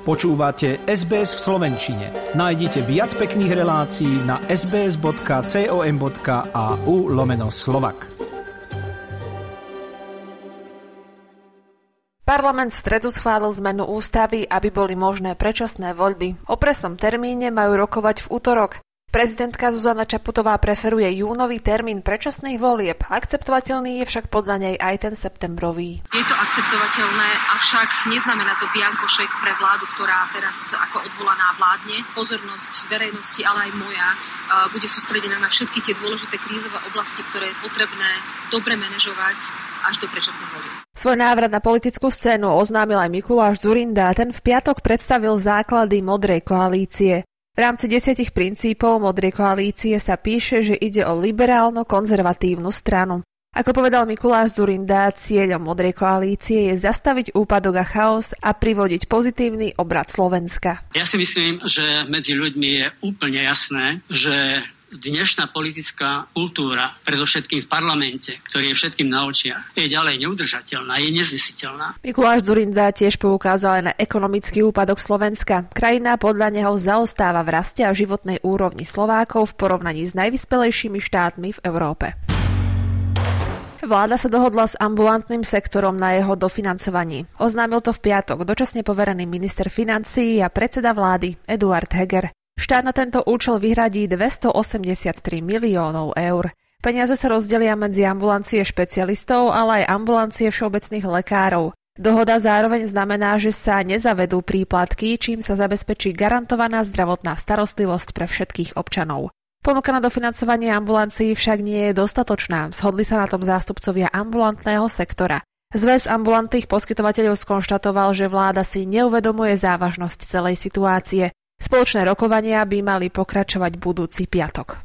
Počúvate SBS v slovenčine. Nájdite viac pekných relácií na sbs.com.au/Slovak. Parlament v stredu schválil zmenu ústavy, aby boli možné predčasné voľby. O presnom termíne majú rokovať v utorok. Prezidentka Zuzana Čaputová preferuje júnový termín predčasných volieb. Akceptovateľný je však podľa nej aj ten septembrový. Je to akceptovateľné, avšak neznamená to biankošek pre vládu, ktorá teraz ako odvolaná vládne. Pozornosť verejnosti, ale aj moja, bude sústredená na všetky tie dôležité krízové oblasti, ktoré je potrebné dobre manažovať až do predčasných volieb. Svoj návrat na politickú scénu oznámil aj Mikuláš Dzurinda. Ten v piatok predstavil základy Modrej koalície. V rámci 10 princípov Modrej koalície sa píše, že ide o liberálno-konzervatívnu stranu. Ako povedal Mikuláš Dzurinda, cieľom Modrej koalície je zastaviť úpadok a chaos a privodiť pozitívny obrat Slovenska. Ja si myslím, že medzi ľuďmi je úplne jasné, že dnešná politická kultúra, predovšetkým v parlamente, ktorý je všetkým na očiach, je ďalej neudržateľná, je neznesiteľná. Mikuláš Dzurinda tiež poukázal aj na ekonomický úpadok Slovenska. Krajina podľa neho zaostáva v raste a životnej úrovni Slovákov v porovnaní s najvyspelejšími štátmi v Európe. Vláda sa dohodla s ambulantným sektorom na jeho dofinancovaní. Oznámil to v piatok dočasne poverený minister financií a predseda vlády Eduard Heger. Štát na tento účel vyhradí 283 miliónov eur. Peniaze sa rozdelia medzi ambulancie špecialistov, ale aj ambulancie všeobecných lekárov. Dohoda zároveň znamená, že sa nezavedú príplatky, čím sa zabezpečí garantovaná zdravotná starostlivosť pre všetkých občanov. Ponuka na dofinancovanie ambulancií však nie je dostatočná. Shodli sa na tom zástupcovia ambulantného sektora. Zväz ambulantných poskytovateľov skonštatoval, že vláda si neuvedomuje závažnosť celej situácie. Spoločné rokovania by mali pokračovať budúci piatok.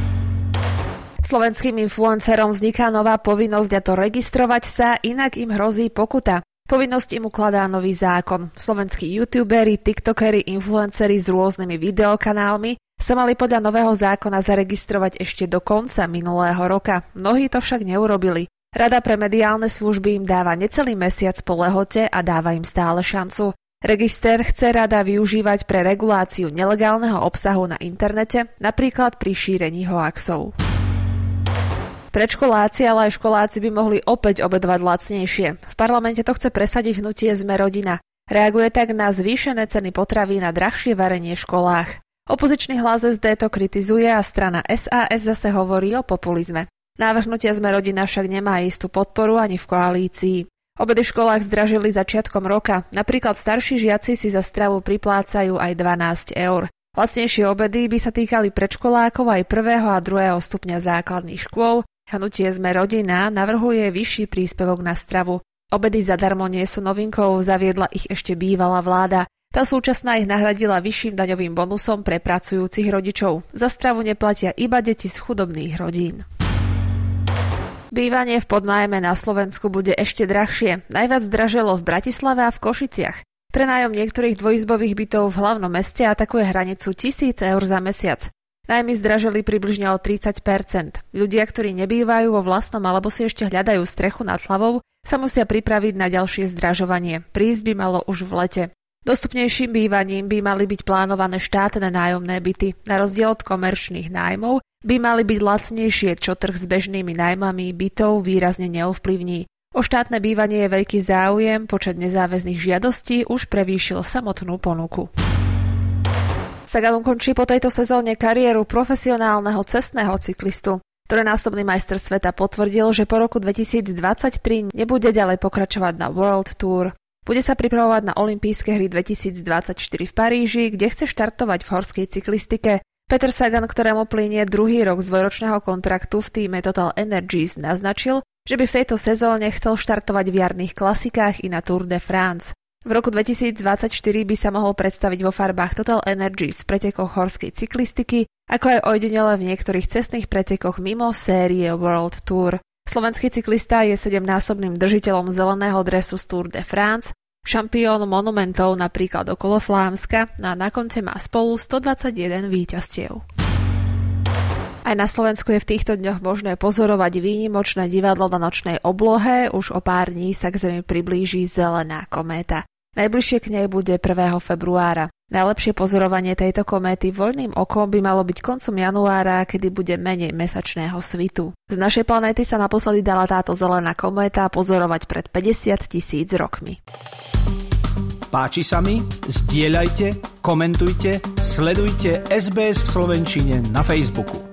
Slovenským influencerom vzniká nová povinnosť, a to registrovať sa, inak im hrozí pokuta. Povinnosť im ukladá nový zákon. Slovenskí youtuberi, tiktokeri, influenceri s rôznymi videokanálmi sa mali podľa nového zákona zaregistrovať ešte do konca minulého roka. Mnohí to však neurobili. Rada pre mediálne služby im dáva necelý mesiac po lehote a dáva im stále šancu. Register chce rada využívať pre reguláciu nelegálneho obsahu na internete, napríklad pri šírení hoaxov. Predškoláci, ale aj školáci by mohli opäť obedovať lacnejšie. V parlamente to chce presadiť hnutie Sme rodina. Reaguje tak na zvýšené ceny potravín a drahšie varenie v školách. Opozičný hlas SD to kritizuje a strana SAS zase hovorí o populizme. Návrh hnutia Sme rodina však nemá istú podporu ani v koalícii. Obedy v školách zdražili začiatkom roka. Napríklad starší žiaci si za stravu priplácajú aj 12 eur. Lacnejšie obedy by sa týkali predškolákov aj 1. a 2. stupňa základných škôl. Hnutie Sme rodina navrhuje vyšší príspevok na stravu. Obedy zadarmo nie sú novinkou, zaviedla ich ešte bývalá vláda. Tá súčasná ich nahradila vyšším daňovým bonusom pre pracujúcich rodičov. Za stravu neplatia iba deti z chudobných rodín. Bývanie v podnájme na Slovensku bude ešte drahšie. Najviac zdraželo v Bratislave a v Košiciach. Prenájom niektorých dvojizbových bytov v hlavnom meste atakuje hranicu 1000 eur za mesiac. Nájmy zdražili približne o 30%. Ľudia, ktorí nebývajú vo vlastnom alebo si ešte hľadajú strechu nad hlavou, sa musia pripraviť na ďalšie zdražovanie. Prísť by malo už v lete. Dostupnejším bývaním by mali byť plánované štátne nájomné byty. Na rozdiel od komerčných nájmov by mali byť lacnejšie, čo trh s bežnými nájmami bytov výrazne neovplyvní. O štátne bývanie je veľký záujem, počet nezáväzných žiadostí už prevýšil samotnú ponuku. Sagan končí po tejto sezóne kariéru profesionálneho cestného cyklistu. Trojnásobný majster sveta potvrdil, že po roku 2023 nebude ďalej pokračovať na World Tour. Bude sa pripravovať na olympijské hry 2024 v Paríži, kde chce štartovať v horskej cyklistike. Peter Sagan, ktorému plynie druhý rok z dvojročného kontraktu v tíme Total Energies, naznačil, že by v tejto sezóne chcel štartovať v jarných klasikách i na Tour de France. V roku 2024 by sa mohol predstaviť vo farbách Total Energies v pretekoch horskej cyklistiky, ako aj ojedinele v niektorých cestných pretekoch mimo série World Tour. Slovenský cyklista je 7-násobným držiteľom zeleného dresu z Tour de France, šampión monumentov napríklad okolo Flámska a na konte má spolu 121 víťazstiev. Aj na Slovensku je v týchto dňoch možné pozorovať výnimočné divadlo na nočnej oblohe, už o pár dní sa k Zemi priblíži zelená kométa. Najbližšie k nej bude 1. februára. Najlepšie pozorovanie tejto kométy voľným okom by malo byť koncom januára, kedy bude menej mesačného svitu. Z našej planéty sa naposledy dala táto zelená kométa pozorovať pred 50 000 rokmi. Páči sa mi? Zdieľajte, komentujte, sledujte SBS v slovenčine na Facebooku.